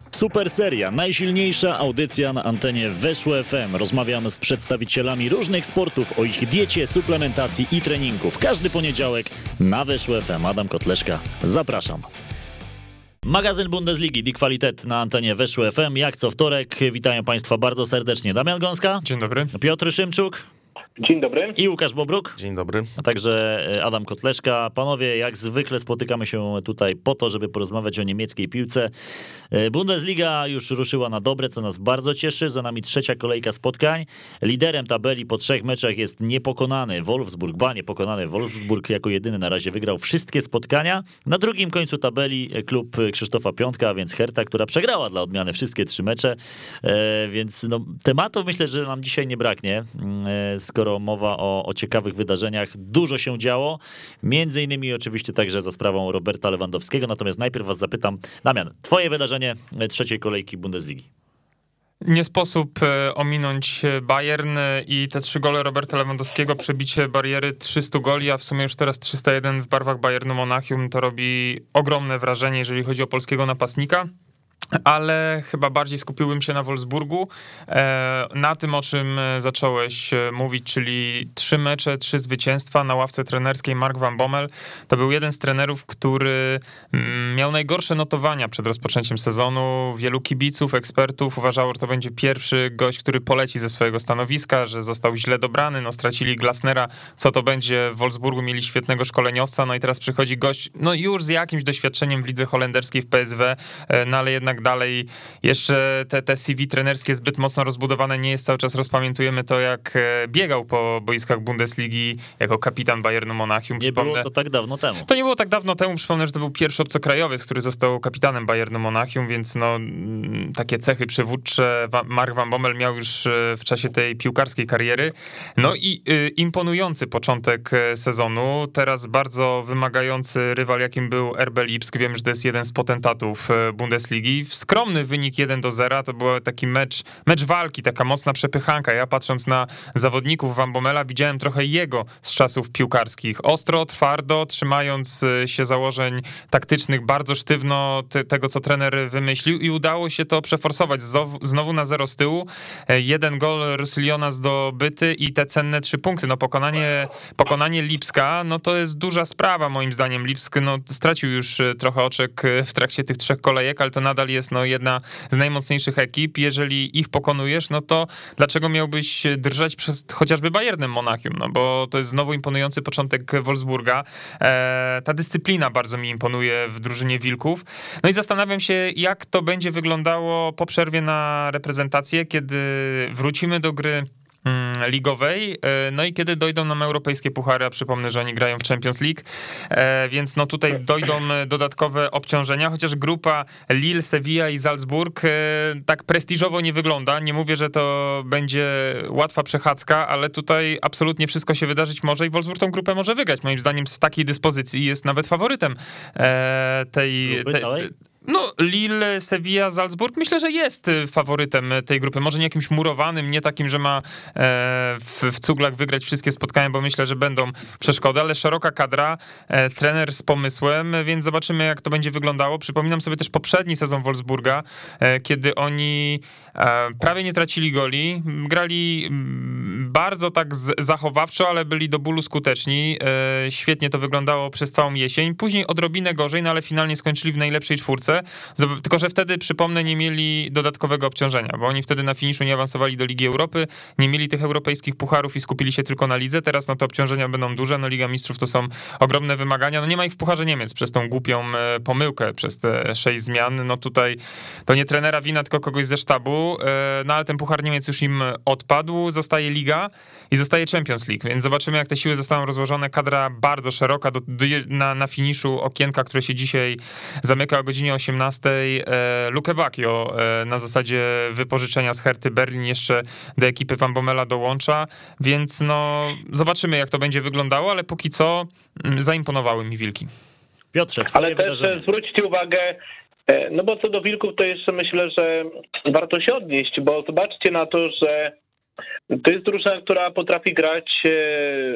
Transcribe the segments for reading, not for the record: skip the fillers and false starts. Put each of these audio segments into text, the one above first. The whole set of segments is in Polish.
Super seria, najsilniejsza audycja na antenie Weszło FM. Rozmawiamy z przedstawicielami różnych sportów o ich diecie, suplementacji i treningu. Każdy poniedziałek na Weszło FM. Adam Kotleszka, zapraszam. Magazyn Bundesligi, Die Qualität na antenie Weszło FM. Jak co wtorek, witają Państwa bardzo serdecznie. Damian Gąska. Dzień dobry. Piotr Szymczuk. Dzień dobry. I Łukasz Bobruk. Dzień dobry. A także Adam Kotleszka. Panowie, jak zwykle spotykamy się tutaj po to, żeby porozmawiać o niemieckiej piłce. Bundesliga już ruszyła na dobre, co nas bardzo cieszy. Za nami trzecia kolejka spotkań. Liderem tabeli po 3 meczach jest niepokonany Wolfsburg. Niepokonany Wolfsburg jako jedyny na razie wygrał wszystkie spotkania. Na drugim końcu tabeli klub Krzysztofa Piątka, a więc Hertha, która przegrała dla odmiany wszystkie 3 mecze. Więc tematów myślę, że nam dzisiaj nie braknie, skoro mowa o ciekawych wydarzeniach. Dużo się działo, między innymi oczywiście także za sprawą Roberta Lewandowskiego. Natomiast najpierw was zapytam, Damian, twoje wydarzenie trzeciej kolejki Bundesligi. Nie sposób ominąć Bayern i te 3 gole Roberta Lewandowskiego, przebicie bariery 300 goli, a w sumie już teraz 301 w barwach Bayernu Monachium. To robi ogromne wrażenie, jeżeli chodzi o polskiego napastnika. Ale chyba bardziej skupiłbym się na Wolfsburgu, na tym, o czym zacząłeś mówić, czyli 3 mecze, 3 zwycięstwa. Na ławce trenerskiej Mark van Bommel to był jeden z trenerów, który miał najgorsze notowania przed rozpoczęciem sezonu. Wielu kibiców, ekspertów uważało, że to będzie pierwszy gość, który poleci ze swojego stanowiska, że został źle dobrany, stracili Glasnera, co to będzie w Wolfsburgu, mieli świetnego szkoleniowca, i teraz przychodzi gość, już z jakimś doświadczeniem w lidze holenderskiej w PSW, ale jednak dalej jeszcze te CV trenerskie zbyt mocno rozbudowane nie jest. Cały czas rozpamiętujemy to, jak biegał po boiskach Bundesligi jako kapitan Bayernu Monachium. Nie było to tak dawno temu. To nie było tak dawno temu. Przypomnę, że to był pierwszy obcokrajowiec, który został kapitanem Bayernu Monachium, więc takie cechy przywódcze Mark van Bommel miał już w czasie tej piłkarskiej kariery. I imponujący początek sezonu. Teraz bardzo wymagający rywal, jakim był RB Lipsk. Wiem, że to jest jeden z potentatów Bundesligi. Skromny wynik 1-0, to był taki mecz walki, taka mocna przepychanka. Ja patrząc na zawodników Van Bommela widziałem trochę jego z czasów piłkarskich. Ostro, twardo, trzymając się założeń taktycznych, bardzo sztywno tego, co trener wymyślił i udało się to przeforsować. Znowu na 0 z tyłu. 1 gol Roussillona zdobyty i te cenne 3 punkty. Pokonanie Lipska, to jest duża sprawa moim zdaniem. Lipsk stracił już trochę oczek w trakcie tych 3 kolejek, ale to nadal jest jedna z najmocniejszych ekip. Jeżeli ich pokonujesz, to dlaczego miałbyś drżeć przed chociażby Bayernem Monachium? Bo to jest znowu imponujący początek Wolfsburga. Ta dyscyplina bardzo mi imponuje w drużynie Wilków. I zastanawiam się, jak to będzie wyglądało po przerwie na reprezentację, kiedy wrócimy do gry ligowej, i kiedy dojdą nam europejskie puchary, a przypomnę, że oni grają w Champions League, więc tutaj dojdą dodatkowe obciążenia, chociaż grupa Lille, Sevilla i Salzburg tak prestiżowo nie wygląda. Nie mówię, że to będzie łatwa przechadzka, ale tutaj absolutnie wszystko się wydarzyć może i Wolfsburg tą grupę może wygrać. Moim zdaniem z takiej dyspozycji jest nawet faworytem tej Lille, Sevilla, Salzburg, myślę, że jest faworytem tej grupy. Może nie jakimś murowanym, nie takim, że ma w cuglach wygrać wszystkie spotkania, bo myślę, że będą przeszkody, ale szeroka kadra, trener z pomysłem, więc zobaczymy, jak to będzie wyglądało. Przypominam sobie też poprzedni sezon Wolfsburga, kiedy oni prawie nie tracili goli, grali bardzo tak zachowawczo, ale byli do bólu skuteczni. Świetnie to wyglądało przez całą jesień. Później odrobinę gorzej, ale finalnie skończyli w najlepszej czwórce. Tylko że wtedy, przypomnę, nie mieli dodatkowego obciążenia, bo oni wtedy na finiszu nie awansowali do Ligi Europy, nie mieli tych europejskich pucharów i skupili się tylko na lidze. Teraz te obciążenia będą duże. Liga Mistrzów to są ogromne wymagania. Nie ma ich w Pucharze Niemiec przez tą głupią pomyłkę, przez te 6 zmian. Tutaj to nie trenera wina, tylko kogoś ze sztabu. Ale ten Puchar Niemiec już im odpadł. Zostaje Liga i zostaje Champions League, więc zobaczymy, jak te siły zostaną rozłożone. Kadra bardzo szeroka, na finiszu okienka, które się dzisiaj zamyka o godzinie 18. Luke Bacchio na zasadzie wypożyczenia z Herty Berlin jeszcze do ekipy Van Bommela dołącza, więc zobaczymy, jak to będzie wyglądało, ale póki co zaimponowały mi Wilki. Piotrze, ale też zwróćcie uwagę, bo co do Wilków, to jeszcze myślę, że warto się odnieść, bo zobaczcie na to, że to jest drużyna, która potrafi grać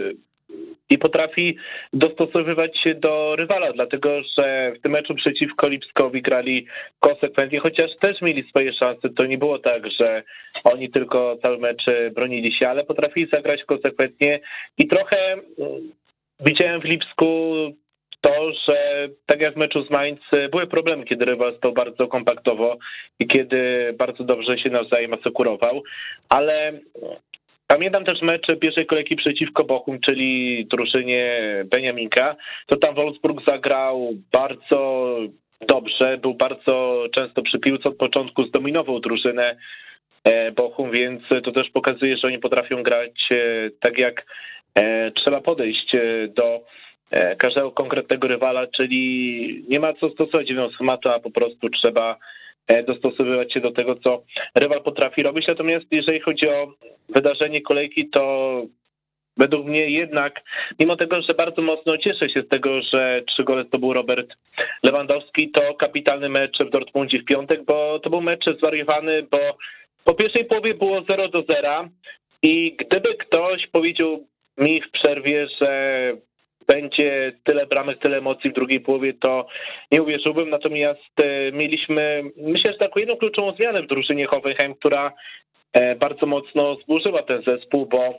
i potrafi dostosowywać się do rywala, dlatego że w tym meczu przeciwko Lipskowi grali konsekwentnie, chociaż też mieli swoje szanse. To nie było tak, że oni tylko cały mecz bronili się, ale potrafili zagrać konsekwentnie i trochę widziałem w Lipsku to, że tak jak w meczu z Mainz były problemy, kiedy rywal stał bardzo kompaktowo i kiedy bardzo dobrze się nawzajem asekurował, ale pamiętam też mecz pierwszej kolejki przeciwko Bochum, czyli drużynie Beniaminka, to tam Wolfsburg zagrał bardzo dobrze, był bardzo często przy piłce od początku, zdominował drużynę Bochum, więc to też pokazuje, że oni potrafią grać tak jak trzeba podejść do każdego konkretnego rywala, czyli nie ma co stosować jednego schematu, a po prostu trzeba dostosowywać się do tego, co rywal potrafi robić. Natomiast jeżeli chodzi o wydarzenie kolejki, to według mnie jednak, mimo tego, że bardzo mocno cieszę się z tego, że 3 gole zdobył Robert Lewandowski, to kapitalny mecz w Dortmundzie w piątek, bo to był mecz zwariowany, bo po pierwszej połowie było 0-0 i gdyby ktoś powiedział mi w przerwie, że będzie tyle bramek, tyle emocji w drugiej połowie, to nie uwierzyłbym. Natomiast mieliśmy, myślę, że taką jedną kluczową zmianę w drużynie Hoffenheim, która bardzo mocno zburzyła ten zespół, bo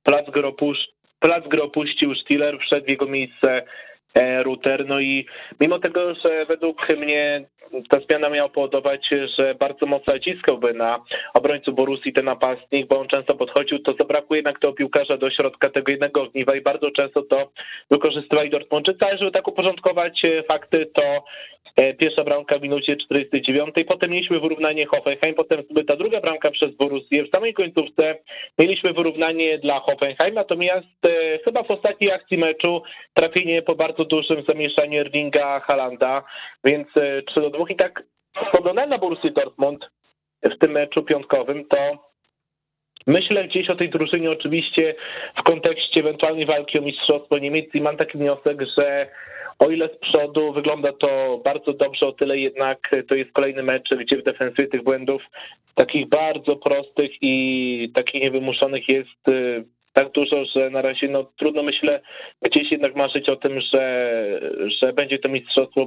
plac gry opuścił Stiller, wszedł w jego miejsce Ruter. No i mimo tego, że według mnie ta zmiana miała powodować, że bardzo mocno naciskałby na obrońców Borussii ten napastnik, bo on często podchodził, to zabrakło jednak tego piłkarza do środka, tego jednego ogniwa i bardzo często to wykorzystywali Dortmundczycy, ale żeby tak uporządkować fakty, to pierwsza bramka w minucie 49, potem mieliśmy wyrównanie Hoffenheim, potem ta druga bramka przez Borussię. W samej końcówce mieliśmy wyrównanie dla Hoffenheim, natomiast chyba w ostatniej akcji meczu trafienie po bardzo dużym zamieszaniu Erlinga Haalanda, więc 3-2 i tak spoglądając na Borussię Dortmund w tym meczu piątkowym, to myślę gdzieś o tej drużynie oczywiście w kontekście ewentualnej walki o mistrzostwo Niemiec i mam taki wniosek, że o ile z przodu wygląda to bardzo dobrze, o tyle jednak to jest kolejny mecz, gdzie w defensywie tych błędów takich bardzo prostych i takich niewymuszonych jest tak dużo, że na razie trudno, myślę, gdzieś jednak marzyć o tym, że będzie to mistrzostwo,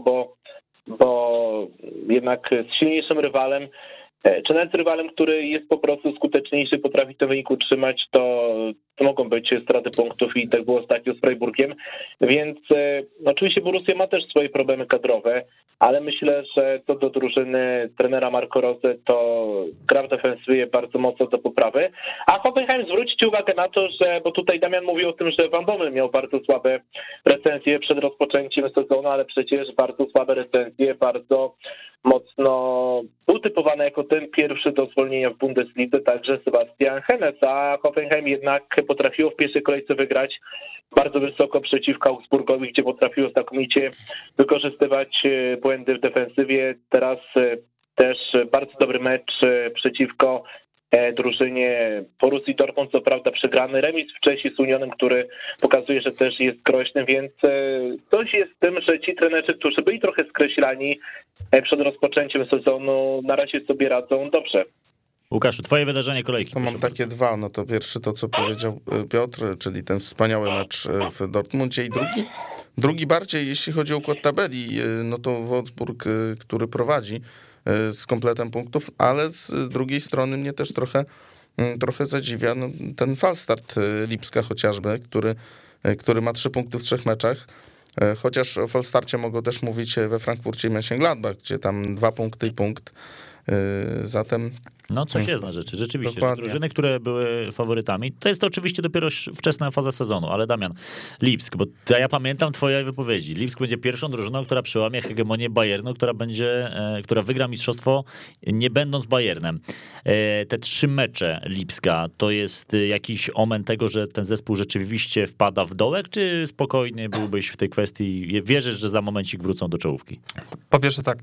bo jednak z silniejszym rywalem, czy nawet z rywalem, który jest po prostu skuteczniejszy, potrafi ten wynik utrzymać, to mogą być straty punktów i tak było ostatnio z Freiburgiem, więc oczywiście Borussia ma też swoje problemy kadrowe, ale myślę, że to do drużyny trenera Marco Rose to gra w defensywie bardzo mocno do poprawy, a Hoffenheim zwróćcie uwagę na to, że, bo tutaj Damian mówił o tym, że Van Bommel miał bardzo słabe recenzje przed rozpoczęciem sezonu, ale przecież bardzo słabe recenzje, bardzo mocno był typowany jako ten pierwszy do zwolnienia w Bundeslidze, także Sebastian Hoeneß, a Hoffenheim jednak potrafiło w pierwszej kolejce wygrać bardzo wysoko przeciwko Augsburgowi, gdzie potrafiło znakomicie wykorzystywać błędy w defensywie. Teraz też bardzo dobry mecz przeciwko drużynie Borussii Dortmund, co prawda przegrany, remis wcześniej z Unionem, który pokazuje, że też jest groźny, więc coś jest w tym, że ci trenerzy, którzy byli trochę skreślani przed rozpoczęciem sezonu, na razie sobie radzą dobrze. Łukaszu, twoje wydarzenie kolejki. To mam takie dwa. No to pierwszy to, co powiedział Piotr, czyli ten wspaniały mecz w Dortmundzie i drugi bardziej, jeśli chodzi o układ tabeli, no to Wolfsburg, który prowadzi z kompletem punktów, ale z drugiej strony mnie też trochę zadziwia ten falstart Lipska chociażby, który ma 3 punkty w 3 meczach. Chociaż o falstarcie mogą też mówić we Frankfurcie i Mönchengladbach, gdzie tam 2 punkty i punkt. Zatem No coś jest na rzeczy, rzeczywiście. Dokładnie. Drużyny, które były faworytami, to jest oczywiście dopiero wczesna faza sezonu, ale Damian, Lipsk, bo ja pamiętam twoje wypowiedzi. Lipsk będzie pierwszą drużyną, która przełamie hegemonię Bayernu, która wygra mistrzostwo nie będąc Bayernem. Te 3 mecze Lipska, to jest jakiś omen tego, że ten zespół rzeczywiście wpada w dołek, czy spokojnie byłbyś w tej kwestii, wierzysz, że za momencik wrócą do czołówki? Po pierwsze tak,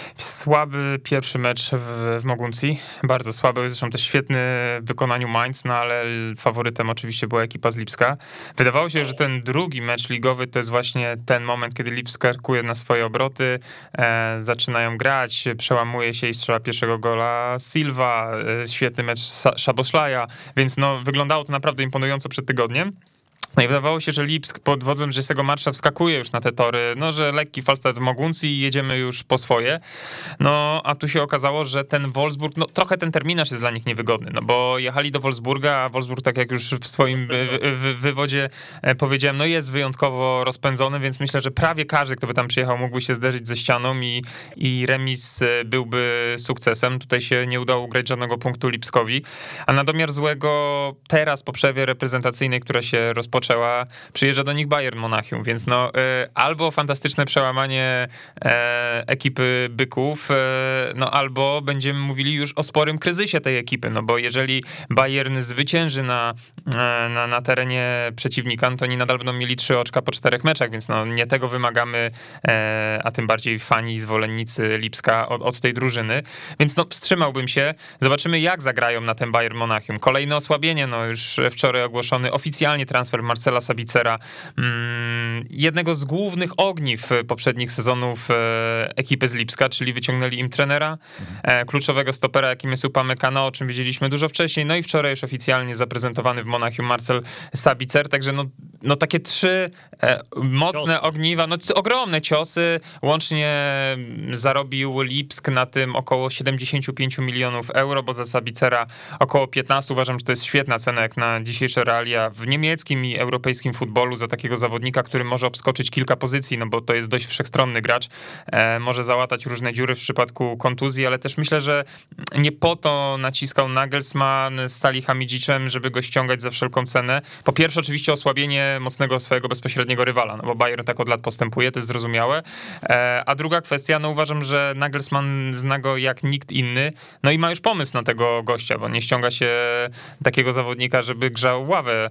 słaby pierwszy mecz w Moguncji, bardzo słaby, zresztą też świetny w wykonaniu Mainz, no ale faworytem oczywiście była ekipa z Lipska. Wydawało się, że ten drugi mecz ligowy to jest właśnie ten moment, kiedy Lipsk karkuje na swoje obroty, zaczynają grać, przełamuje się i strzela pierwszego gola Silva, świetny mecz Szoboszlaja, więc no wyglądało to naprawdę imponująco przed tygodniem. No i wydawało się, że Lipsk pod wodzą Jesse'ego Marsza wskakuje już na te tory, no że lekki falstart w Moguncji i jedziemy już po swoje. No a tu się okazało, że ten Wolfsburg, no trochę ten terminarz jest dla nich niewygodny, no bo jechali do Wolfsburga, a Wolfsburg, tak jak już w swoim wywodzie powiedziałem, no jest wyjątkowo rozpędzony, więc myślę, że prawie każdy, kto by tam przyjechał, mógłby się zderzyć ze ścianą i remis byłby sukcesem. Tutaj się nie udało ugrać żadnego punktu Lipskowi, a na domiar złego teraz po przerwie reprezentacyjnej, która się rozpoczęła, przyjeżdża do nich Bayern Monachium, więc no albo fantastyczne przełamanie ekipy byków, no albo będziemy mówili już o sporym kryzysie tej ekipy, no bo jeżeli Bayern zwycięży na terenie przeciwnika, no to oni nadal będą mieli 3 oczka po 4 meczach, więc no nie tego wymagamy, a tym bardziej fani i zwolennicy Lipska od tej drużyny, więc no wstrzymałbym się, zobaczymy jak zagrają na ten Bayern Monachium. Kolejne osłabienie, no już wczoraj ogłoszony oficjalnie transfer Marcela Sabicera, jednego z głównych ogniw poprzednich sezonów ekipy z Lipska, czyli wyciągnęli im trenera, kluczowego stopera, jakim jest Upamecano, o czym wiedzieliśmy dużo wcześniej, no i wczoraj już oficjalnie zaprezentowany w Monachium Marcel Sabicer, także no takie 3 mocne ogniwa, no ogromne ciosy, łącznie zarobił Lipsk na tym około 75 milionów euro, bo za Sabicera około 15, uważam, że to jest świetna cena jak na dzisiejsze realia w niemieckim i europejskim futbolu za takiego zawodnika, który może obskoczyć kilka pozycji, no bo to jest dość wszechstronny gracz, może załatać różne dziury w przypadku kontuzji, ale też myślę, że nie po to naciskał Nagelsmann z Salihamidzicem, żeby go ściągać za wszelką cenę. Po pierwsze oczywiście osłabienie mocnego swojego bezpośredniego rywala, no bo Bayern tak od lat postępuje, to jest zrozumiałe, a druga kwestia, no uważam, że Nagelsmann zna go jak nikt inny, no i ma już pomysł na tego gościa, bo nie ściąga się takiego zawodnika, żeby grzał ławę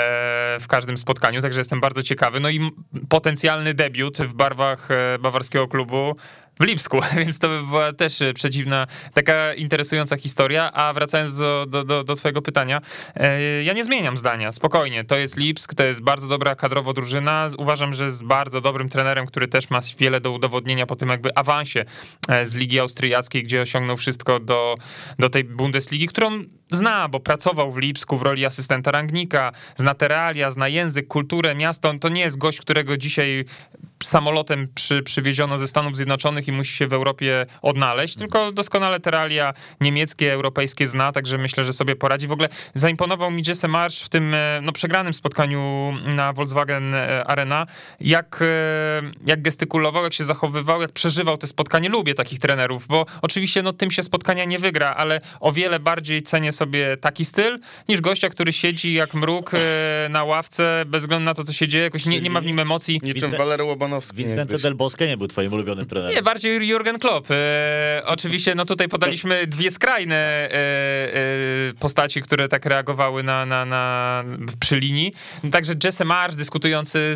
w każdym spotkaniu, także jestem bardzo ciekawy. No i potencjalny debiut w barwach bawarskiego klubu w Lipsku, więc to by była też przedziwna, taka interesująca historia, a wracając do twojego pytania, ja nie zmieniam zdania, spokojnie, to jest Lipsk, to jest bardzo dobra kadrowo drużyna, uważam, że jest bardzo dobrym trenerem, który też ma wiele do udowodnienia po tym jakby awansie z Ligi Austriackiej, gdzie osiągnął wszystko do tej Bundesligi, którą zna, bo pracował w Lipsku w roli asystenta Rangnika, zna te realia, zna język, kulturę, miasto, to nie jest gość, którego dzisiaj samolotem przywieziono ze Stanów Zjednoczonych i musi się w Europie odnaleźć, tylko doskonale te realia niemieckie, europejskie zna, także myślę, że sobie poradzi. W ogóle zaimponował mi Jesse Marsch w tym przegranym spotkaniu na Volkswagen Arena, jak gestykulował, jak się zachowywał, jak przeżywał te spotkanie. Lubię takich trenerów, bo oczywiście tym się spotkania nie wygra, ale o wiele bardziej cenię sobie taki styl, niż gościa, który siedzi jak mruk na ławce, bez względu na to, co się dzieje, jakoś nie ma w nim emocji. Niczym Walery Łobanowski. Vicente Del Bosque nie był twoim ulubionym trenerem. Nie, bardziej Jurgen Klopp. Oczywiście, tutaj podaliśmy 2 skrajne postaci, które tak reagowały przy linii. Także Jesse Marsch dyskutujący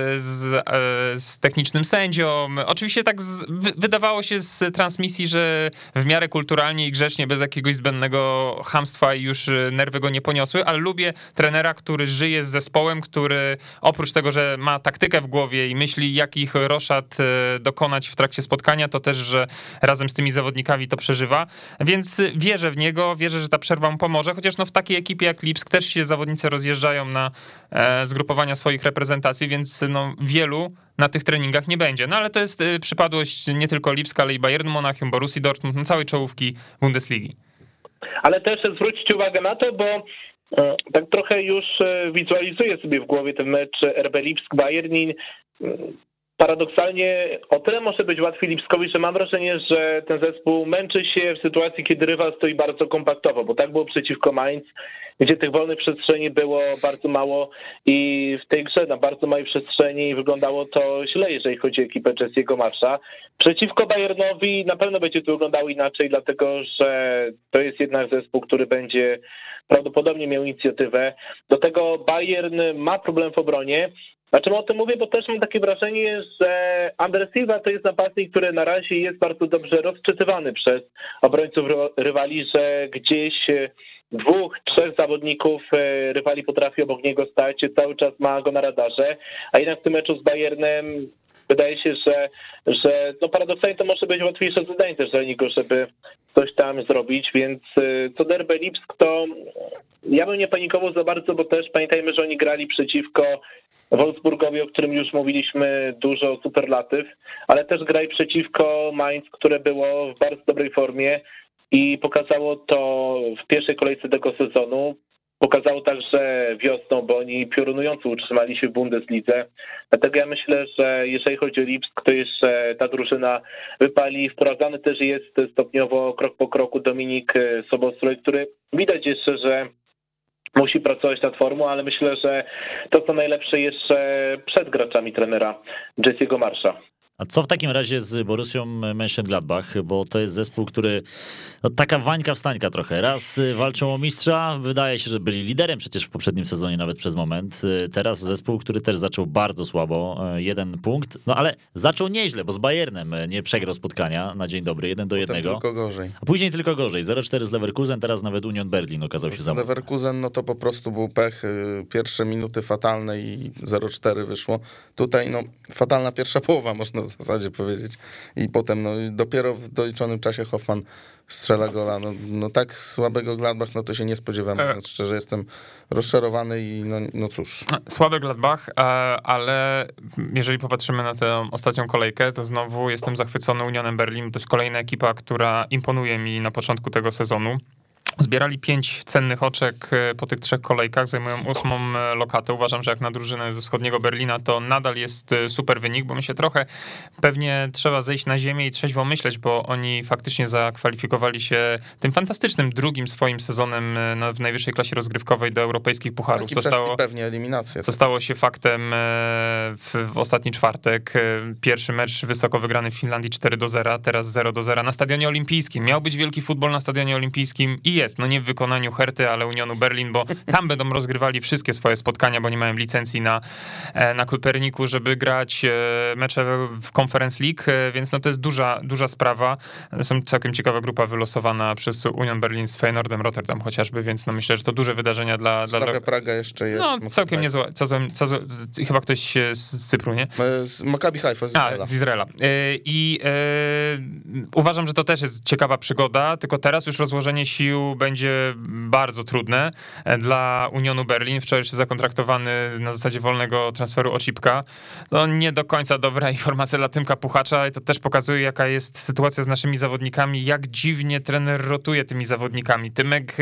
z technicznym sędzią. Oczywiście tak wydawało się z transmisji, że w miarę kulturalnie i grzecznie, bez jakiegoś zbędnego chamstwa i już nerwy go nie poniosły, ale lubię trenera, który żyje z zespołem, który oprócz tego, że ma taktykę w głowie i myśli, jakich roszad dokonać w trakcie spotkania, to też, że razem z tymi zawodnikami to przeżywa, więc wierzę w niego, wierzę, że ta przerwa mu pomoże, chociaż w takiej ekipie jak Lipsk też się zawodnicy rozjeżdżają na zgrupowania swoich reprezentacji, więc wielu na tych treningach nie będzie. No ale to jest przypadłość nie tylko Lipska, ale i Bayernu Monachium, Borussii Dortmund, całej czołówki Bundesligi. Ale też zwróćcie uwagę na to, bo tak trochę już wizualizuję sobie w głowie ten mecz RB Lipsk-Bayern. Paradoksalnie o tyle może być łatwiej Lipskowi, że mam wrażenie, że ten zespół męczy się w sytuacji, kiedy rywal stoi bardzo kompaktowo, bo tak było przeciwko Mainz, gdzie tych wolnych przestrzeni było bardzo mało i w tej grze na bardzo małej przestrzeni wyglądało to źle, jeżeli chodzi o ekipę Jesse'ego Marsza. Przeciwko Bayernowi na pewno będzie to wyglądało inaczej, dlatego że to jest jednak zespół, który będzie prawdopodobnie miał inicjatywę. Do tego Bayern ma problem w obronie. Dlaczego o tym mówię? Bo też mam takie wrażenie, że Ander Silva to jest napastnik, który na razie jest bardzo dobrze rozczytywany przez obrońców rywali, że gdzieś 2-3 zawodników rywali potrafi obok niego stać, cały czas ma go na radarze, a jednak w tym meczu z Bayernem wydaje się, że paradoksalnie to może być łatwiejsze zadanie też dla niego, żeby coś tam zrobić, więc co do RB Lipsk, to ja bym nie panikował za bardzo, bo też pamiętajmy, że oni grali przeciwko Wolfsburgowi, o którym już mówiliśmy dużo superlatyw, ale też grali przeciwko Mainz, które było w bardzo dobrej formie i pokazało to w pierwszej kolejce tego sezonu. Pokazało także wiosną, bo oni piorunująco utrzymali się w Bundeslidze. Dlatego ja myślę, że jeżeli chodzi o Lipsk, to jeszcze ta drużyna wypali. Wprowadzany też jest stopniowo, krok po kroku Dominik Sobosrój, który widać jeszcze, że musi pracować nad formą, ale myślę, że to co najlepsze jeszcze przed graczami trenera Jesse'ego Marsza. A co w takim razie z Borussią Mönchengladbach, bo to jest zespół, który no, taka wańka wstańka trochę. Raz walczą o mistrza, wydaje się, że byli liderem przecież w poprzednim sezonie nawet przez moment. Teraz zespół, który też zaczął bardzo słabo, 1 punkt, no ale zaczął nieźle, bo z Bayernem nie przegrał spotkania na dzień dobry, 1-1. Tylko gorzej. A później tylko gorzej, 0-4 z Leverkusen, teraz nawet Union Berlin okazał się za mocny. Leverkusen, no to po prostu był pech, pierwsze minuty fatalne i 0-4 wyszło. Tutaj no fatalna pierwsza połowa, można w zasadzie powiedzieć. I potem no, dopiero w doliczonym czasie Hoffman strzela gola. No tak słabego Gladbach, no to się nie spodziewamy. Więc szczerze jestem rozczarowany i no cóż. Słaby Gladbach, ale jeżeli popatrzymy na tę ostatnią kolejkę, to znowu jestem zachwycony Unionem Berlin. To jest kolejna ekipa, która imponuje mi na początku tego sezonu. Zbierali 5 cennych oczek po tych 3 kolejkach, zajmują 8. lokatę. Uważam, że jak na drużynę ze wschodniego Berlina to nadal jest super wynik, bo my się trochę pewnie trzeba zejść na ziemię i trzeźwo myśleć, bo oni faktycznie zakwalifikowali się tym fantastycznym drugim swoim sezonem w najwyższej klasie rozgrywkowej do europejskich pucharów. Pewnie eliminację. Co stało się faktem w ostatni czwartek. Pierwszy mecz wysoko wygrany w Finlandii 4-0, teraz 0-0 na Stadionie Olimpijskim. Miał być wielki futbol na Stadionie Olimpijskim i jest. No nie w wykonaniu Herty, ale Unionu Berlin, bo tam będą rozgrywali wszystkie swoje spotkania, bo nie mają licencji na Koperniku, żeby grać mecze w Conference League, więc no to jest duża sprawa. Są całkiem ciekawa grupa wylosowana przez Union Berlin z Feyenoordem Rotterdam chociażby, więc no myślę, że to duże wydarzenia dla Praga jeszcze jest. No całkiem niezła. Chyba ktoś z Cypru, nie? Z Maccabi Haifa, z Izraela. Z Izraela. Uważam, że to też jest ciekawa przygoda, tylko teraz już rozłożenie sił będzie bardzo trudne dla Unionu Berlin. Wczoraj jeszcze zakontraktowany na zasadzie wolnego transferu Oczipka. No nie do końca dobra informacja dla Tymka Puchacza i to też pokazuje, jaka jest sytuacja z naszymi zawodnikami, jak dziwnie trener rotuje tymi zawodnikami. Tymek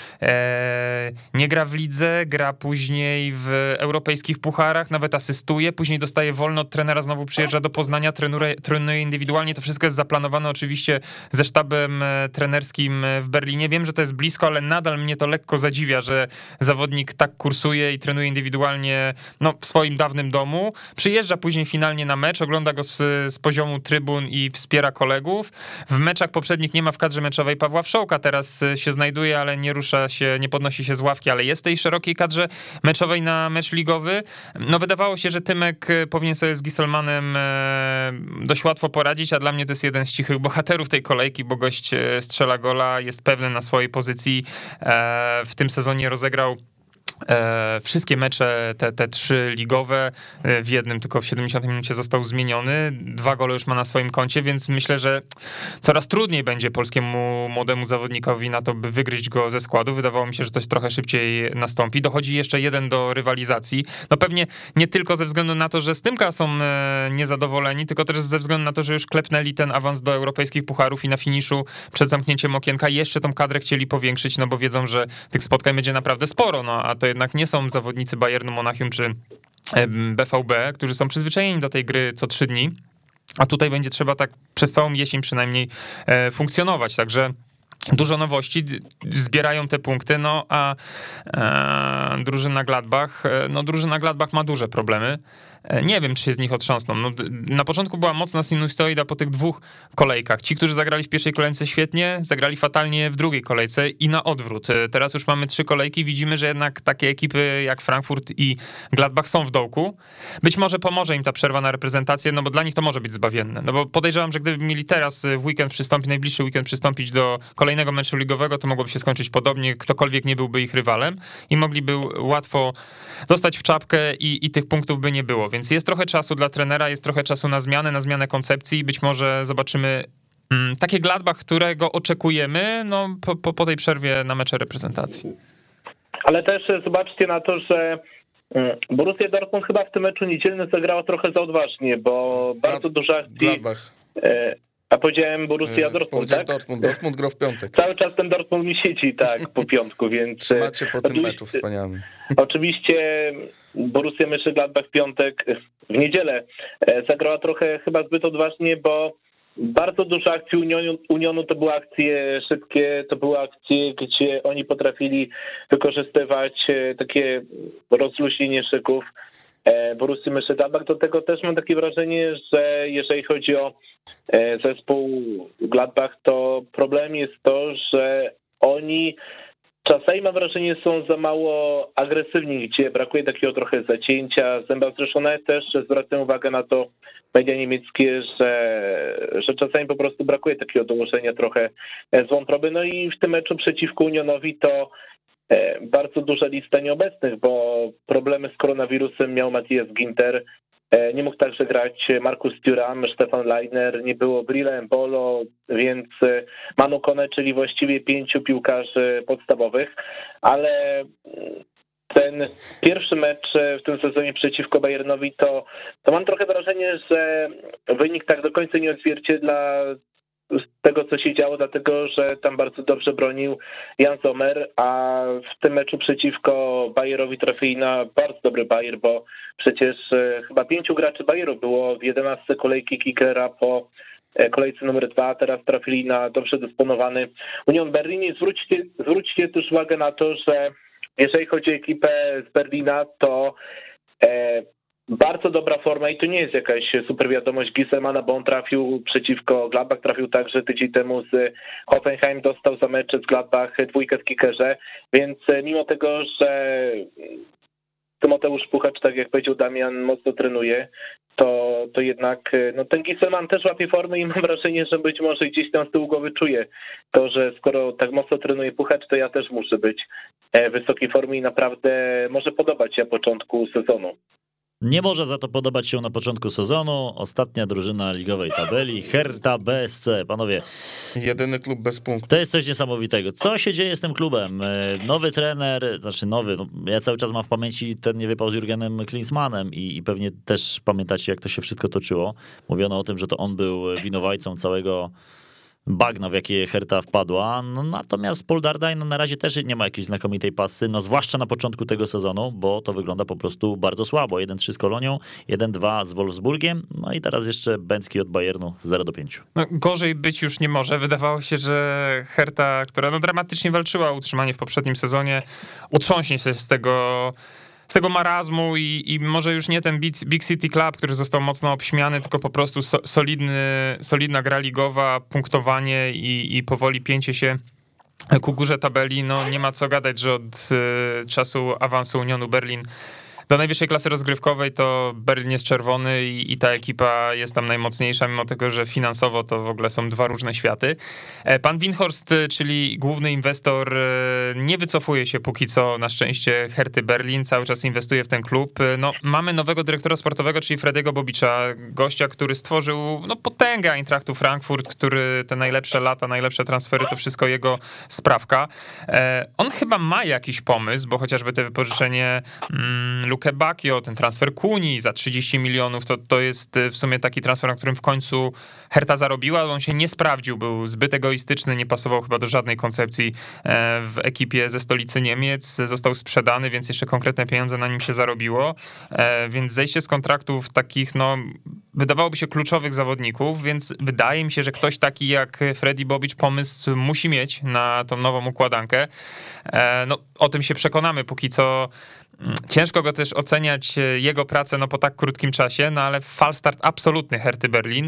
nie gra w lidze, gra później w europejskich pucharach, nawet asystuje, później dostaje wolno od trenera, znowu przyjeżdża do Poznania, trenuje indywidualnie. To wszystko jest zaplanowane oczywiście ze sztabem trenerskim w Berlinie. Wiem, że to jest blisko, ale nadal mnie to lekko zadziwia, że zawodnik tak kursuje i trenuje indywidualnie w swoim dawnym domu. Przyjeżdża później finalnie na mecz, ogląda go z poziomu trybun i wspiera kolegów. W meczach poprzednich nie ma w kadrze meczowej Pawła Wszołka, teraz się znajduje, ale nie rusza się, nie podnosi się z ławki, ale jest w tej szerokiej kadrze meczowej na mecz ligowy. No wydawało się, że Tymek powinien sobie z Gisselmanem dość łatwo poradzić, a dla mnie to jest jeden z cichych bohaterów tej kolejki, bo gość strzela gola, jest pewny na swojej pozycji. W tym sezonie rozegrał wszystkie mecze, te 3 ligowe, w jednym tylko w 70 minucie został zmieniony, 2 gole już ma na swoim koncie, więc myślę, że coraz trudniej będzie polskiemu młodemu zawodnikowi na to, by wygryźć go ze składu. Wydawało mi się, że to trochę szybciej nastąpi. Dochodzi jeszcze jeden do rywalizacji. No pewnie nie tylko ze względu na to, że z Tymka są niezadowoleni, tylko też ze względu na to, że już klepnęli ten awans do europejskich pucharów i na finiszu przed zamknięciem okienka jeszcze tą kadrę chcieli powiększyć, no bo wiedzą, że tych spotkań będzie naprawdę sporo, no a to jednak nie są zawodnicy Bayernu Monachium czy BVB, którzy są przyzwyczajeni do tej gry co 3 dni, a tutaj będzie trzeba tak przez całą jesień przynajmniej funkcjonować, także dużo nowości, zbierają te punkty, no a drużyna Gladbach ma duże problemy. Nie wiem, czy się z nich otrząsną. No, na początku była mocna sinusoida po tych 2 kolejkach. Ci, którzy zagrali w pierwszej kolejce świetnie, zagrali fatalnie w drugiej kolejce i na odwrót. Teraz już mamy 3 kolejki, widzimy, że jednak takie ekipy jak Frankfurt i Gladbach są w dołku. Być może pomoże im ta przerwa na reprezentację, no bo dla nich to może być zbawienne. No bo podejrzewam, że gdyby mieli teraz najbliższy weekend przystąpić do kolejnego meczu ligowego, to mogłoby się skończyć podobnie, ktokolwiek nie byłby ich rywalem i mogliby łatwo dostać w czapkę i tych punktów by nie było. Więc jest trochę czasu dla trenera, jest trochę czasu na zmianę koncepcji i być może zobaczymy takie Gladbach, którego oczekujemy po tej przerwie na mecze reprezentacji. Ale też zobaczcie na to, że Borussia Dortmund chyba w tym meczu niedzielnym zagrała trochę za odważnie, bo bardzo dużo akcji... Gladbach. A powiedziałem Borussia Dortmund, tak? Dortmund grał w piątek. Cały czas ten Dortmund mi siedzi, tak, po piątku, więc... Trzymacie po tym meczu wspaniałym. Oczywiście Borussia Mönchengladbach w piątek, w niedzielę zagrała trochę chyba zbyt odważnie, bo bardzo dużo akcji Unionu to były akcje szybkie, to były akcje, gdzie oni potrafili wykorzystywać takie rozluźnienie szyków. Borussia Mönchengladbach. Do tego też mam takie wrażenie, że jeżeli chodzi o zespół Gladbach, to problem jest to, że oni czasami, mam wrażenie, są za mało agresywni, gdzie brakuje takiego trochę zacięcia. Zresztą nawet też zwracam uwagę na to media niemieckie, że czasami po prostu brakuje takiego dołożenia trochę z wątroby. No i w tym meczu przeciwko Unionowi to bardzo duża lista nieobecnych, bo problemy z koronawirusem miał Matthias Ginter, nie mógł także grać Markus Thuram, Stefan Leitner, nie było Brille Embolo, więc Manu Kone, czyli właściwie 5 piłkarzy podstawowych, ale ten pierwszy mecz w tym sezonie przeciwko Bayernowi, to mam trochę wrażenie, że wynik tak do końca nie odzwierciedla z tego, co się działo, dlatego że tam bardzo dobrze bronił Jan Sommer, a w tym meczu przeciwko Bayerowi trafili na bardzo dobry Bayer, bo przecież chyba 5 graczy Bayeru było w 11 kolejki kickera po kolejce numer 2, a teraz trafili na dobrze dysponowany Union Berlin. I zwróćcie też uwagę na to, że jeżeli chodzi o ekipę z Berlina, to bardzo dobra forma i to nie jest jakaś super wiadomość Gisselmana, bo on trafił przeciwko Gladbach, trafił także tydzień temu z Hoffenheim, dostał za mecz z Gladbach 2 w kickerze, więc mimo tego, że Tymoteusz Puchacz, tak jak powiedział Damian, mocno trenuje, to jednak no, ten Gisselman też łapie formę i mam wrażenie, że być może gdzieś tam z tyłu głowy czuje to, że skoro tak mocno trenuje Puchacz, to ja też muszę być w wysokiej formie i naprawdę może podobać się na początku sezonu. Nie może za to podobać się na początku sezonu. Ostatnia drużyna ligowej tabeli, Hertha BSC. Panowie, jedyny klub bez punktu. To jest coś niesamowitego. Co się dzieje z tym klubem? Nowy trener, znaczy nowy, no ja cały czas mam w pamięci ten niewypał z Jurgenem Klinsmannem i pewnie też pamiętacie, jak to się wszystko toczyło. Mówiono o tym, że to on był winowajcą całego bagna, w jakie Hertha wpadła. No, natomiast Paul Dardai na razie też nie ma jakiejś znakomitej pasy, no zwłaszcza na początku tego sezonu, bo to wygląda po prostu bardzo słabo. 1-3 z Kolonią, 1-2 z Wolfsburgiem, no i teraz jeszcze Bęcki od Bayernu 0-5. No, gorzej być już nie może. Wydawało się, że Hertha, która no dramatycznie walczyła o utrzymanie w poprzednim sezonie, otrząśnie się z tego marazmu i może już nie ten Big City Club, który został mocno obśmiany, tylko po prostu solidna gra ligowa, punktowanie i powoli pięcie się ku górze tabeli. No nie ma co gadać, że od czasu awansu Unionu Berlin do najwyższej klasy rozgrywkowej to Berlin jest czerwony i ta ekipa jest tam najmocniejsza, mimo tego, że finansowo to w ogóle są dwa różne światy. Pan Windhorst, czyli główny inwestor, nie wycofuje się póki co na szczęście Herty Berlin, cały czas inwestuje w ten klub. No, mamy nowego dyrektora sportowego, czyli Frediego Bobicza, gościa, który stworzył potęgę Eintrachtu Frankfurt, który te najlepsze lata, najlepsze transfery, to wszystko jego sprawka. On chyba ma jakiś pomysł, bo chociażby te wypożyczenie Luke Bacchio, ten transfer Kuni za 30 milionów, to jest w sumie taki transfer, na którym w końcu Hertha zarobiła. On się nie sprawdził, był zbyt egoistyczny, nie pasował chyba do żadnej koncepcji w ekipie ze stolicy Niemiec. Został sprzedany, więc jeszcze konkretne pieniądze na nim się zarobiło. Więc zejście z kontraktów takich, no, wydawałoby się kluczowych zawodników, więc wydaje mi się, że ktoś taki jak Fredi Bobic pomysł musi mieć na tą nową układankę. No, o tym się przekonamy, póki co ciężko go też oceniać, jego pracę po tak krótkim czasie, no ale falstart absolutny Herty Berlin.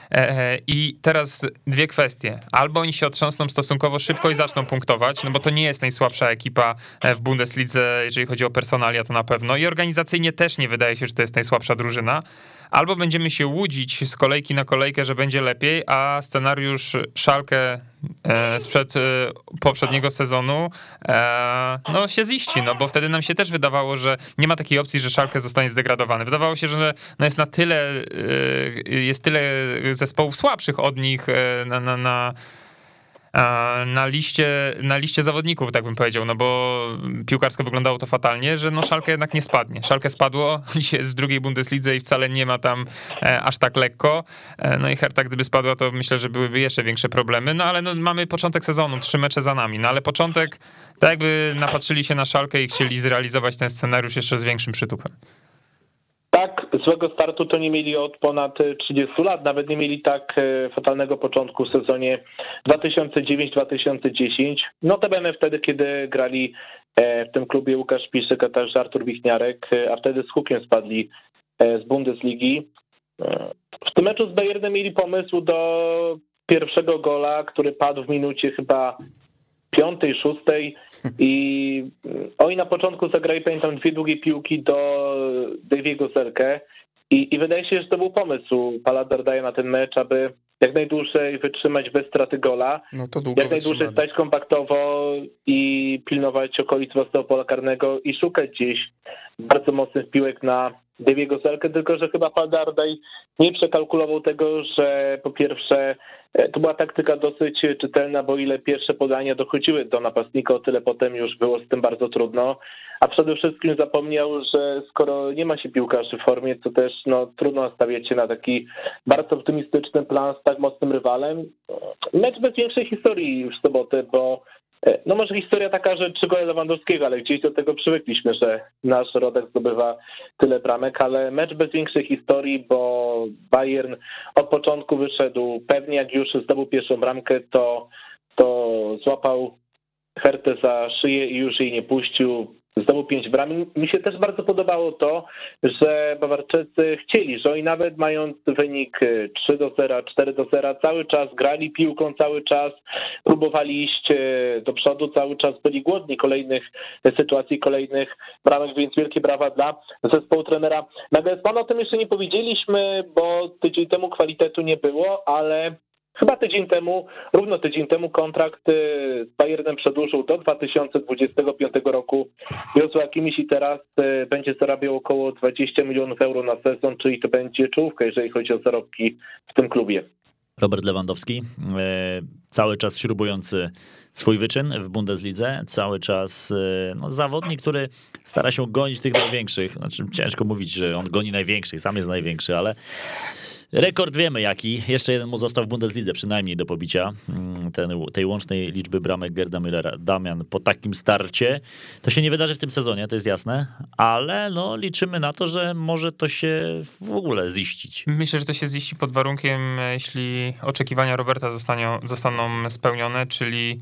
I teraz dwie kwestie. Albo oni się otrząsną stosunkowo szybko i zaczną punktować, no bo to nie jest najsłabsza ekipa w Bundeslidze, jeżeli chodzi o personalia, to na pewno. I organizacyjnie też nie wydaje się, że to jest najsłabsza drużyna. Albo będziemy się łudzić z kolejki na kolejkę, że będzie lepiej, a scenariusz Schalke sprzed poprzedniego sezonu no się ziści, no bo wtedy nam się też wydawało, że nie ma takiej opcji, że Schalke zostanie zdegradowany. Wydawało się, że no jest tyle zespołów słabszych od nich na liście zawodników, tak bym powiedział, no bo piłkarsko wyglądało to fatalnie, że no Schalke jednak nie spadnie. Schalke spadło, dzisiaj jest w drugiej Bundeslidze i wcale nie ma tam aż tak lekko. No i Hertha, gdyby spadła, to myślę, że byłyby jeszcze większe problemy, no ale no, mamy początek sezonu, 3 mecze za nami, no ale początek, tak jakby napatrzyli się na Schalke i chcieli zrealizować ten scenariusz jeszcze z większym przytupem. Tak, złego startu to nie mieli od ponad 30 lat, nawet nie mieli tak fatalnego początku w sezonie 2009-2010. Notabene wtedy, kiedy grali w tym klubie Łukasz Piszek, a także Artur Wichniarek, a wtedy z hukiem spadli z Bundesligi. W tym meczu z Bayernem mieli pomysł do pierwszego gola, który padł w minucie chyba 5., 6. i oni na początku zagrali, pamiętam, 2 długie piłki do Daviego Selke i wydaje się, że to był pomysł Pala Dardaja na ten mecz, aby jak najdłużej wytrzymać bez straty gola, No to długo jak najdłużej stać kompaktowo i pilnować okolic własnego pola karnego i szukać gdzieś bardzo mocnych piłek na Daviego Selke, tylko że chyba Pal Dardaj nie przekalkulował tego, że po pierwsze to była taktyka dosyć czytelna, bo ile pierwsze podania dochodziły do napastnika, o tyle potem już było z tym bardzo trudno, a przede wszystkim zapomniał, że skoro nie ma się piłkarzy w formie, to też no, trudno nastawiać się na taki bardzo optymistyczny plan z tak mocnym rywalem. Mecz bez większej historii w sobotę, bo no może historia taka, że 3 gole Lewandowskiego, ale gdzieś do tego przywykliśmy, że nasz rodak zdobywa tyle bramek, ale mecz bez większej historii, bo Bayern od początku wyszedł pewnie, jak już zdobył pierwszą bramkę, to złapał Hertę za szyję i już jej nie puścił. Zdobył 5 bramek. Mi się też bardzo podobało to, że Bawarczycy chcieli, że oni nawet mając wynik 3-0, 4-0, cały czas grali piłką, cały czas próbowali iść do przodu, cały czas byli głodni kolejnych sytuacji, kolejnych bramek, więc wielkie brawa dla zespołu trenera Nagelsmana. O tym jeszcze nie powiedzieliśmy, bo tydzień temu kwalitetu nie było, ale chyba równo tydzień temu kontrakt z Bayernem przedłużył do 2025 roku. Joshua Kimmich i teraz będzie zarabiał około 20 milionów euro na sezon, czyli to będzie czołówka, jeżeli chodzi o zarobki w tym klubie. Robert Lewandowski, cały czas śrubujący swój wyczyn w Bundeslidze, cały czas no, zawodnik, który stara się gonić tych największych. Znaczy, ciężko mówić, że on goni największych, sam jest największy, ale rekord wiemy jaki. Jeszcze jeden mu został w Bundeslidze, przynajmniej do pobicia tej łącznej liczby bramek Gerda Müllera. Damian, po takim starcie, to się nie wydarzy w tym sezonie, to jest jasne, ale no, liczymy na to, że może to się w ogóle ziścić. Myślę, że to się ziści pod warunkiem, jeśli oczekiwania Roberta zostaną spełnione, czyli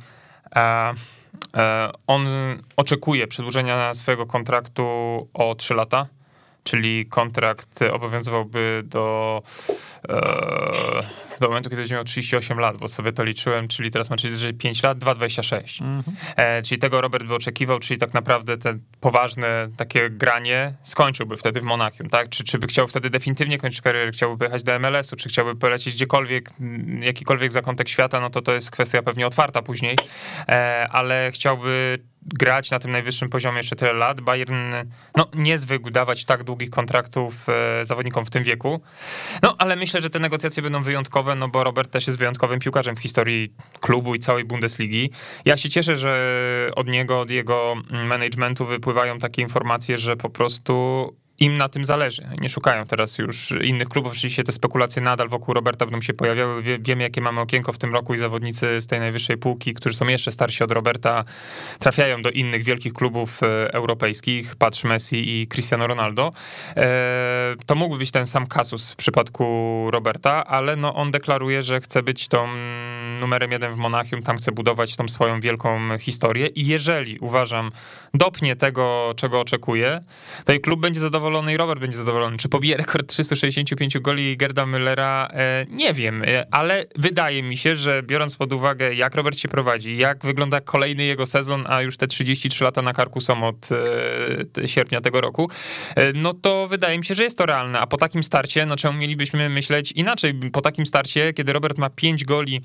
on oczekuje przedłużenia swojego kontraktu o 3 lata, czyli kontrakt obowiązywałby do momentu, kiedy będzie miał 38 lat, bo sobie to liczyłem, czyli teraz ma 5 lat, 2,26. Czyli tego Robert by oczekiwał, czyli tak naprawdę te poważne takie granie skończyłby wtedy w Monachium, tak? Czy by chciał wtedy definitywnie kończyć karierę, chciałby pojechać do MLS-u, czy chciałby polecieć gdziekolwiek, jakikolwiek zakątek świata, no to jest kwestia pewnie otwarta później, ale chciałby grać na tym najwyższym poziomie jeszcze tyle lat. Bayern no, nie zwykł dawać tak długich kontraktów zawodnikom w tym wieku. No, ale myślę, że te negocjacje będą wyjątkowe, no bo Robert też jest wyjątkowym piłkarzem w historii klubu i całej Bundesligi. Ja się cieszę, że od niego, od jego managementu wypływają takie informacje, że po prostu im na tym zależy. Nie szukają teraz już innych klubów. Oczywiście te spekulacje nadal wokół Roberta będą się pojawiały. Wiemy, jakie mamy okienko w tym roku i zawodnicy z tej najwyższej półki, którzy są jeszcze starsi od Roberta, trafiają do innych wielkich klubów europejskich. Patrz Messi i Cristiano Ronaldo. To mógłby być ten sam kasus w przypadku Roberta, ale no on deklaruje, że chce być tą numerem 1 w Monachium, tam chce budować tą swoją wielką historię i jeżeli, uważam, dopnie tego, czego oczekuje, to i klub będzie zadowolony i Robert będzie zadowolony. Czy pobije rekord 365 goli Gerda Müllera? Nie wiem, ale wydaje mi się, że biorąc pod uwagę, jak Robert się prowadzi, jak wygląda kolejny jego sezon, a już te 33 lata na karku są od sierpnia tego roku, no to wydaje mi się, że jest to realne, a po takim starcie, no czemu mielibyśmy myśleć inaczej? Po takim starcie, kiedy Robert ma 5 goli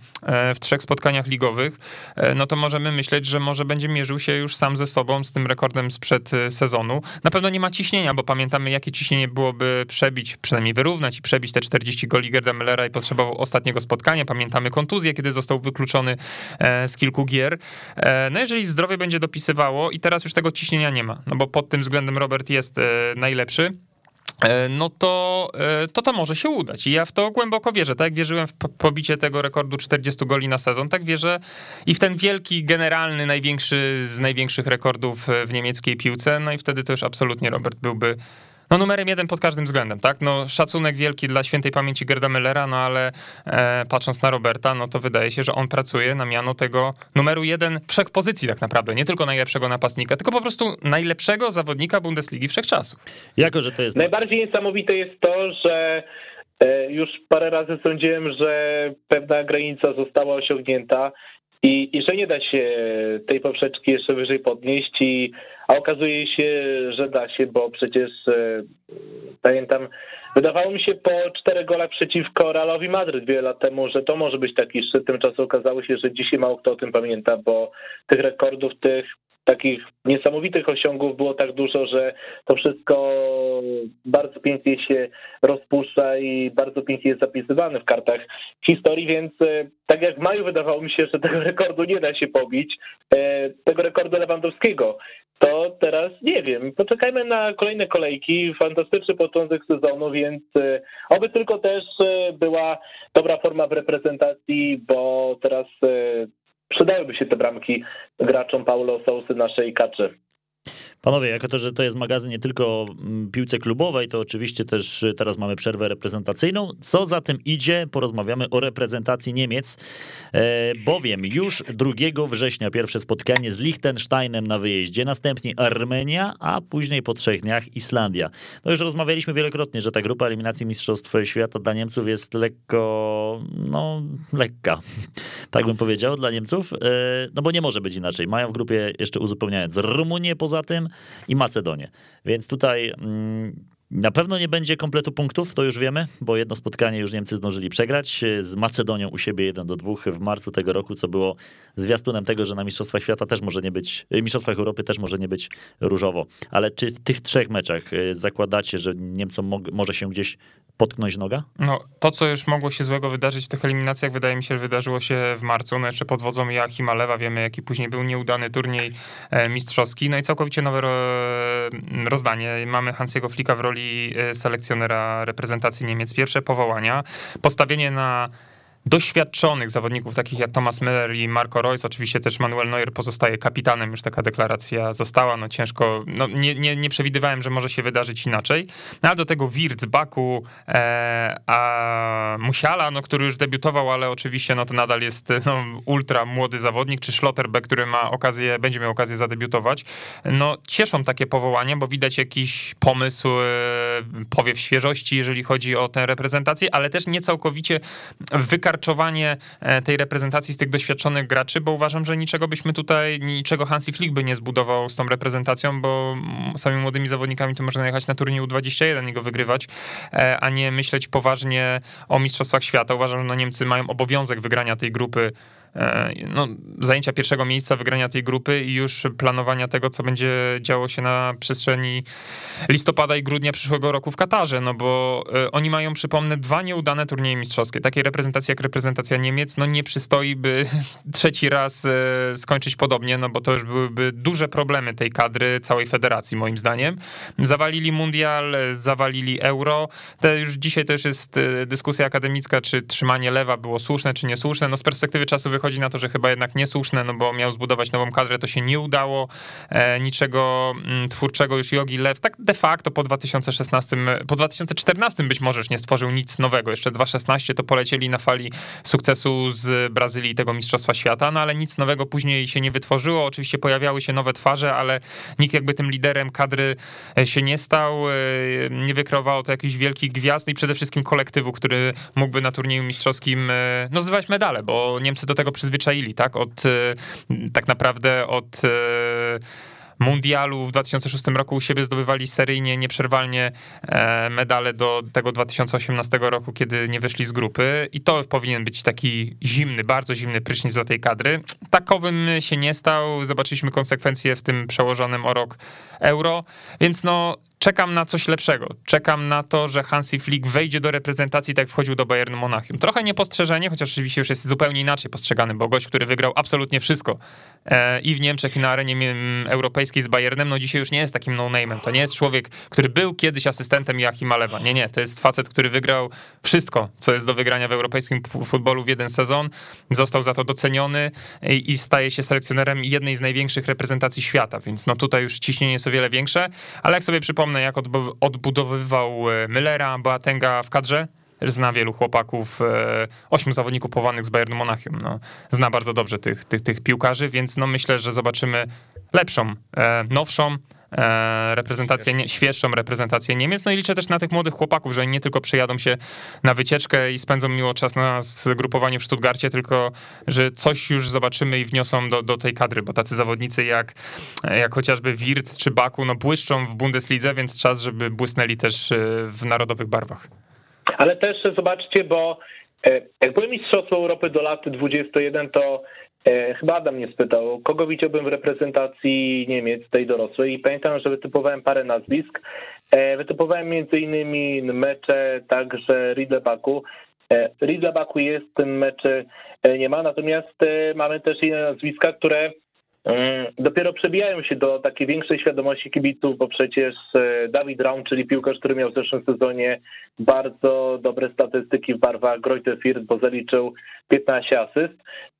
w 3 spotkaniach ligowych, no to możemy myśleć, że może będzie mierzył się już sam ze sobą z tym rekordem sprzed sezonu. Na pewno nie ma ciśnienia, bo pamiętamy, jakie ciśnienie byłoby przebić, przynajmniej wyrównać i przebić te 40 goli Gerda Müllera i potrzebował ostatniego spotkania. Pamiętamy kontuzję, kiedy został wykluczony z kilku gier. No jeżeli zdrowie będzie dopisywało i teraz już tego ciśnienia nie ma, no bo pod tym względem Robert jest najlepszy, no to może się udać. I ja w to głęboko wierzę. Tak jak wierzyłem w pobicie tego rekordu 40 goli na sezon, tak wierzę i w ten wielki, generalny, największy z największych rekordów w niemieckiej piłce. No i wtedy to już absolutnie Robert byłby numerem 1 pod każdym względem, tak? No szacunek wielki dla świętej pamięci Gerda Müllera, no ale patrząc na Roberta, no to wydaje się, że on pracuje na miano tego numeru 1 wszechpozycji tak naprawdę, nie tylko najlepszego napastnika, tylko po prostu najlepszego zawodnika Bundesligi wszechczasów. Jako, że to jest... Najbardziej niesamowite jest to, że już parę razy sądziłem, że pewna granica została osiągnięta i że nie da się tej poprzeczki jeszcze wyżej podnieść, a okazuje się, że da się, bo przecież pamiętam, wydawało mi się po 4 golach przeciwko Realowi Madryt wiele lat temu, że to może być taki szczyt, tymczasem okazało się, że dzisiaj mało kto o tym pamięta, bo tych rekordów, tych takich niesamowitych osiągów było tak dużo, że to wszystko bardzo pięknie się rozpuszcza i bardzo pięknie jest zapisywane w kartach historii, więc tak jak w maju wydawało mi się, że tego rekordu nie da się pobić, tego rekordu Lewandowskiego, to teraz nie wiem. Poczekajmy na kolejne kolejki, fantastyczny początek sezonu, więc oby tylko też była dobra forma w reprezentacji, bo teraz przydałyby się te bramki graczom Paulo Sousy, naszej kadrze. Panowie, jako to, że to jest magazyn nie tylko o piłce klubowej, to oczywiście też teraz mamy przerwę reprezentacyjną. Co za tym idzie, porozmawiamy o reprezentacji Niemiec, bowiem już 2 września pierwsze spotkanie z Liechtensteinem na wyjeździe, następnie Armenia, a później po 3 dniach Islandia. No już rozmawialiśmy wielokrotnie, że ta grupa eliminacji Mistrzostw Świata dla Niemców jest lekka, tak bym powiedział, dla Niemców, no bo nie może być inaczej. Mają w grupie, jeszcze uzupełniając, Rumunię poza tym i Macedonię. Więc tutaj na pewno nie będzie kompletu punktów, to już wiemy, bo jedno spotkanie już Niemcy zdążyli przegrać z Macedonią u siebie 1-2 w marcu tego roku, co było zwiastunem tego, że na Mistrzostwach Świata też może nie być, Mistrzostwach Europy też może nie być różowo. Ale czy w tych 3 meczach zakładacie, że Niemcom może się gdzieś potknąć noga? No, to, co już mogło się złego wydarzyć w tych eliminacjach, wydaje mi się, że wydarzyło się w marcu. No jeszcze pod wodzą Joachima Lewa wiemy, jaki później był nieudany turniej mistrzowski. No i całkowicie nowe rozdanie. Mamy Hansiego Flicka w roli selekcjonera reprezentacji Niemiec. Pierwsze powołania, postawienie na doświadczonych zawodników, takich jak Thomas Müller i Marco Reus. Oczywiście też Manuel Neuer pozostaje kapitanem, już taka deklaracja została, no ciężko, no nie przewidywałem, że może się wydarzyć inaczej, no ale do tego Wirtz, Baku, a Musiala, no który już debiutował, ale oczywiście no to nadal jest ultra młody zawodnik, czy Schlotterbeck, który będzie miał okazję zadebiutować. No cieszą takie powołania, bo widać jakiś pomysł, powiew świeżości, jeżeli chodzi o tę reprezentację, ale też nie całkowicie wykarczowanie tej reprezentacji z tych doświadczonych graczy, bo uważam, że niczego Hansi Flick by nie zbudował z tą reprezentacją, bo samymi młodymi zawodnikami to można jechać na turniej U21 i go wygrywać, a nie myśleć poważnie o Mistrzostwach Świata. Uważam, że Niemcy mają obowiązek wygrania tej grupy, zajęcia 1. miejsca, wygrania tej grupy i już planowania tego, co będzie działo się na przestrzeni listopada i grudnia przyszłego roku w Katarze, no bo oni mają, przypomnę, 2 nieudane turnieje mistrzowskie. Takiej reprezentacji jak reprezentacja Niemiec, no nie przystoi, by 3. raz skończyć podobnie, no bo to już byłyby duże problemy tej kadry, całej federacji, moim zdaniem. Zawalili mundial, zawalili euro. Dzisiaj to już jest dyskusja akademicka, czy trzymanie Lewa było słuszne, czy niesłuszne. No z perspektywy czasu wychodzi na to, że chyba jednak niesłuszne, no bo miał zbudować nową kadrę, to się nie udało. Niczego twórczego już Jogi Lew, tak de facto po 2014 być może już nie stworzył nic nowego. Jeszcze 2016 to polecieli na fali sukcesu z Brazylii, tego Mistrzostwa Świata, no ale nic nowego później się nie wytworzyło. Oczywiście pojawiały się nowe twarze, ale nikt jakby tym liderem kadry się nie stał. Nie wykreowało to jakichś wielkich gwiazd i przede wszystkim kolektywu, który mógłby na turnieju mistrzowskim zdobywać medale, bo Niemcy do tego przyzwyczaili, tak? Tak naprawdę od mundialu w 2006 roku u siebie zdobywali seryjnie, nieprzerwalnie medale do tego 2018 roku, kiedy nie wyszli z grupy i to powinien być taki zimny, bardzo zimny prysznic dla tej kadry. Takowym się nie stał, zobaczyliśmy konsekwencje w tym przełożonym o rok Euro, więc no czekam na coś lepszego. Czekam na to, że Hansi Flick wejdzie do reprezentacji tak jak wchodził do Bayernu Monachium. Trochę niepostrzeżenie, chociaż oczywiście już jest zupełnie inaczej postrzegany, bo gość, który wygrał absolutnie wszystko i w Niemczech, i na arenie europejskiej z Bayernem, no dzisiaj już nie jest takim no-name'em. To nie jest człowiek, który był kiedyś asystentem Joachima Lewa. Nie. To jest facet, który wygrał wszystko, co jest do wygrania w europejskim futbolu w jeden sezon. Został za to doceniony i staje się selekcjonerem jednej z największych reprezentacji świata, więc no tutaj już ciśnienie jest o wiele większe, ale jak sobie przypomnę, jak odbudowywał Müllera, Boatenga w kadrze, zna wielu chłopaków, 8 zawodników powołanych z Bayernu Monachium, no, zna bardzo dobrze tych piłkarzy, więc no myślę, że zobaczymy lepszą, nowszą reprezentację, świeższą reprezentację Niemiec, no i liczę też na tych młodych chłopaków, że oni nie tylko przejadą się na wycieczkę i spędzą miło czas na zgrupowaniu w Stuttgarcie, tylko że coś już zobaczymy i wniosą do tej kadry, bo tacy zawodnicy jak chociażby Wirtz czy Baku, no błyszczą w Bundeslidze, więc czas, żeby błysnęli też w narodowych barwach. Ale też zobaczcie, bo jak były Mistrzostwo Europy do lat 21, to chyba Adam mnie spytał, kogo widziałbym w reprezentacji Niemiec, tej dorosłej, i pamiętam, że wytypowałem parę nazwisk. Wytypowałem m.in. mecze także Riedle-Baku. Riedle-Baku jest, ten mecze nie ma, natomiast mamy też inne nazwiska, które dopiero przebijają się do takiej większej świadomości kibiców, bo przecież David Raum, czyli piłkarz, który miał w zeszłym sezonie bardzo dobre statystyki w barwach Greuther Fürth, bo zaliczył 15 asyst.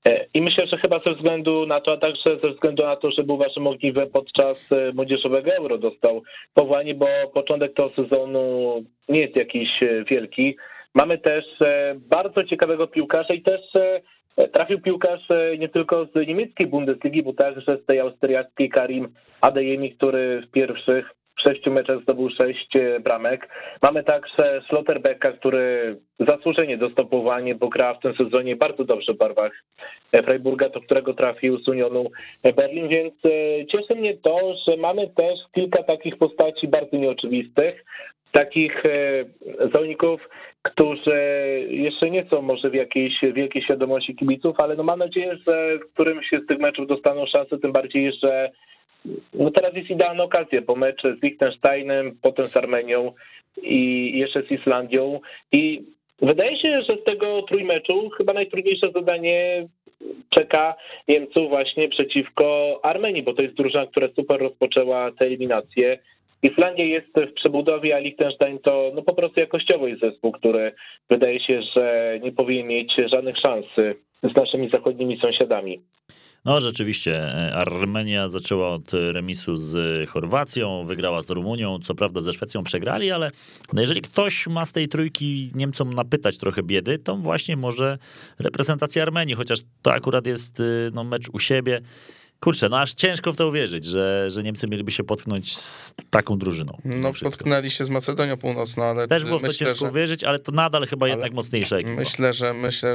I myślę, że chyba ze względu na to, a także ze względu na to, że był waszym ogniwem podczas młodzieżowego Euro, dostał powołanie, bo początek tego sezonu nie jest jakiś wielki. Mamy też bardzo ciekawego piłkarza i też trafił piłkarz nie tylko z niemieckiej Bundesligi, bo także z tej austriackiej, Karim Adeyemi, który w pierwszych 6 meczach zdobył 6 bramek. Mamy także Schlotterbecka, który zasłużenie dostał powołanie, bo gra w tym sezonie bardzo dobrze w barwach Freiburga, do którego trafił z Unionu Berlin, więc cieszy mnie to, że mamy też kilka takich postaci bardzo nieoczywistych, takich zawodników, którzy jeszcze nie są może w jakiejś wielkiej świadomości kibiców, ale no mam nadzieję, że w którymś z tych meczów dostaną szansę, tym bardziej, że no teraz jest idealna okazja, po meczu z Liechtensteinem, potem z Armenią i jeszcze z Islandią. I wydaje się, że z tego trójmeczu chyba najtrudniejsze zadanie czeka Niemców właśnie przeciwko Armenii, bo to jest drużyna, która super rozpoczęła tę eliminację. Islandia jest w przebudowie, a Liechtenstein to no po prostu jakościowo jest zespół, który wydaje się, że nie powinien mieć żadnych szans z naszymi zachodnimi sąsiadami. No rzeczywiście, Armenia zaczęła od remisu z Chorwacją, wygrała z Rumunią, co prawda ze Szwecją przegrali, ale no jeżeli ktoś ma z tej trójki Niemcom napytać trochę biedy, to właśnie może reprezentacja Armenii, chociaż to akurat jest no, mecz u siebie. Kurczę, no aż ciężko w to uwierzyć, że Niemcy mieliby się potknąć z taką drużyną. No potknęli się z Macedonią Północną, ale też było w to ciężko uwierzyć, ale to nadal chyba jednak mocniejsza ekipa. Myślę,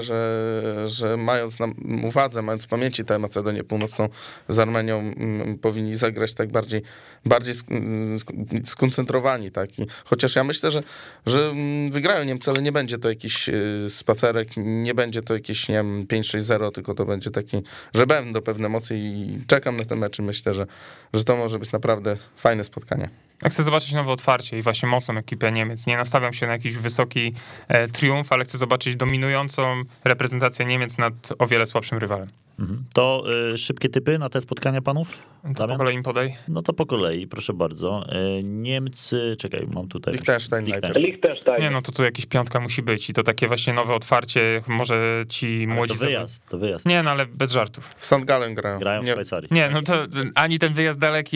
że mając na uwadze, mając w pamięci tę Macedonię Północną z Armenią, powinni zagrać tak bardziej skoncentrowani. Tak? I chociaż ja myślę, że wygrają Niemcy, ale nie będzie to jakiś spacerek, nie będzie to jakieś, nie wiem, 5-6-0, tylko to będzie taki, że będą pewne emocje i czekam na ten mecz i myślę, że to może być naprawdę fajne spotkanie. Ja chcę zobaczyć nowe otwarcie i właśnie mocną ekipę Niemiec. Nie nastawiam się na jakiś wysoki triumf, ale chcę zobaczyć dominującą reprezentację Niemiec nad o wiele słabszym rywalem. To szybkie typy na te spotkania panów? To po kolei im podaj. No to po kolei, proszę bardzo. Niemcy, czekaj, mam tutaj... Liechtenstein. Nie, no to tu jakieś piątka musi być i to takie właśnie nowe otwarcie, może ci młodzi... To wyjazd. Nie, no ale bez żartów. W St. Gallen grają. Grają w Szwajcarii. Nie, no to ani ten wyjazd daleki,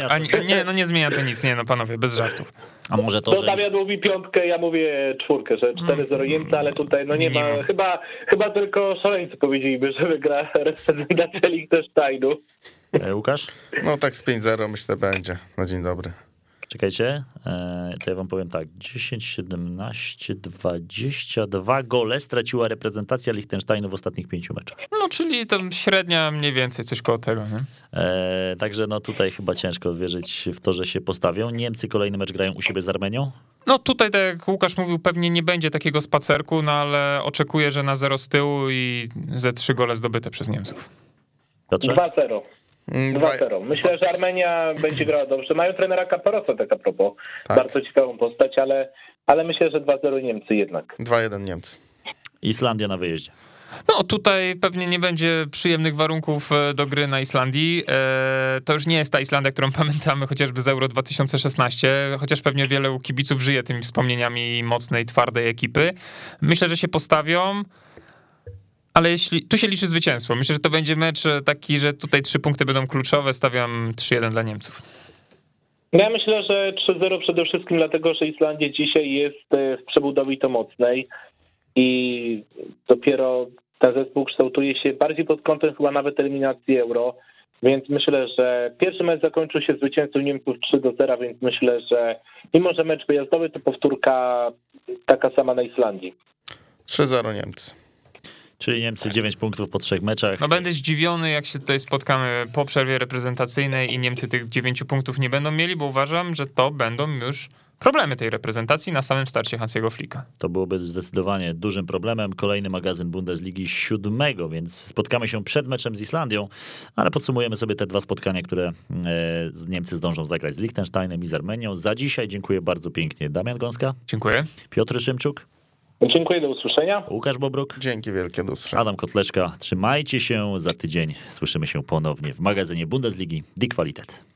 nie zmienia to nic, nie no panowie, bez żartów. A może to, że... Damian mówi piątkę, ja mówię czwórkę, że 4-0 Niemcy, ale tutaj no nie ma. Chyba tylko szaleńcy powiedzieliby, że wygra reprezentacja Liechtensteinu. Łukasz? No tak z 5-0 myślę będzie, na dzień dobry. Czekajcie, to ja wam powiem tak, 10, 17, 22 gole straciła reprezentacja Liechtensteinu w ostatnich 5 meczach. No, czyli tam średnia mniej więcej, coś koło tego, nie? Także no tutaj chyba ciężko wierzyć w to, że się postawią. Niemcy kolejny mecz grają u siebie z Armenią. No tutaj, tak jak Łukasz mówił, pewnie nie będzie takiego spacerku, no ale oczekuję, że na 0 z tyłu i ze 3 gole zdobyte przez Niemców. Piotrze? 2-0. 2-0. Myślę, że Armenia będzie grała dobrze. Mają trenera Kaparosa, tak a propos. Tak. Bardzo ciekawą postać, ale myślę, że 2-0 Niemcy jednak. 2-1 Niemcy. Islandia na wyjeździe. No tutaj pewnie nie będzie przyjemnych warunków do gry na Islandii. To już nie jest ta Islandia, którą pamiętamy chociażby z Euro 2016, chociaż pewnie wielu kibiców żyje tymi wspomnieniami mocnej, twardej ekipy. Myślę, że się postawią, ale tu się liczy zwycięstwo. Myślę, że to będzie mecz taki, że tutaj 3 punkty będą kluczowe. Stawiam 3-1 dla Niemców. Ja myślę, że 3-0 przede wszystkim dlatego, że Islandia dzisiaj jest w przebudowie to mocnej i dopiero ten zespół kształtuje się bardziej pod kątem chyba nawet eliminacji Euro, więc myślę, że pierwszy mecz zakończył się zwycięstwem Niemców 3-0, więc myślę, że mimo, że mecz wyjazdowy, to powtórka taka sama na Islandii. 3-0 Niemcy. Czyli Niemcy 9 punktów po 3 meczach. No będę zdziwiony, jak się tutaj spotkamy po przerwie reprezentacyjnej i Niemcy tych 9 punktów nie będą mieli, bo uważam, że to będą już problemy tej reprezentacji na samym starcie Hansiego Flicka. To byłoby zdecydowanie dużym problemem. Kolejny magazyn Bundesligi 7, więc spotkamy się przed meczem z Islandią, ale podsumujemy sobie te 2 spotkania, które Niemcy zdążą zagrać z Liechtensteinem i z Armenią. Za dzisiaj dziękuję bardzo pięknie. Damian Gąska. Dziękuję. Piotr Szymczuk. Dziękuję, do usłyszenia. Łukasz Bobruk. Dzięki wielkie, do usłyszenia. Adam Kotleszka. Trzymajcie się, za tydzień słyszymy się ponownie w magazynie Bundesligi Die Qualität.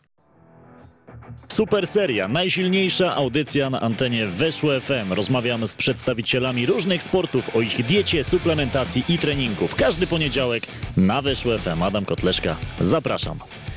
Super seria, najsilniejsza audycja na antenie Weszło FM. Rozmawiamy z przedstawicielami różnych sportów o ich diecie, suplementacji i treningu. W każdy poniedziałek na Weszło FM. Adam Kotleszka, zapraszam.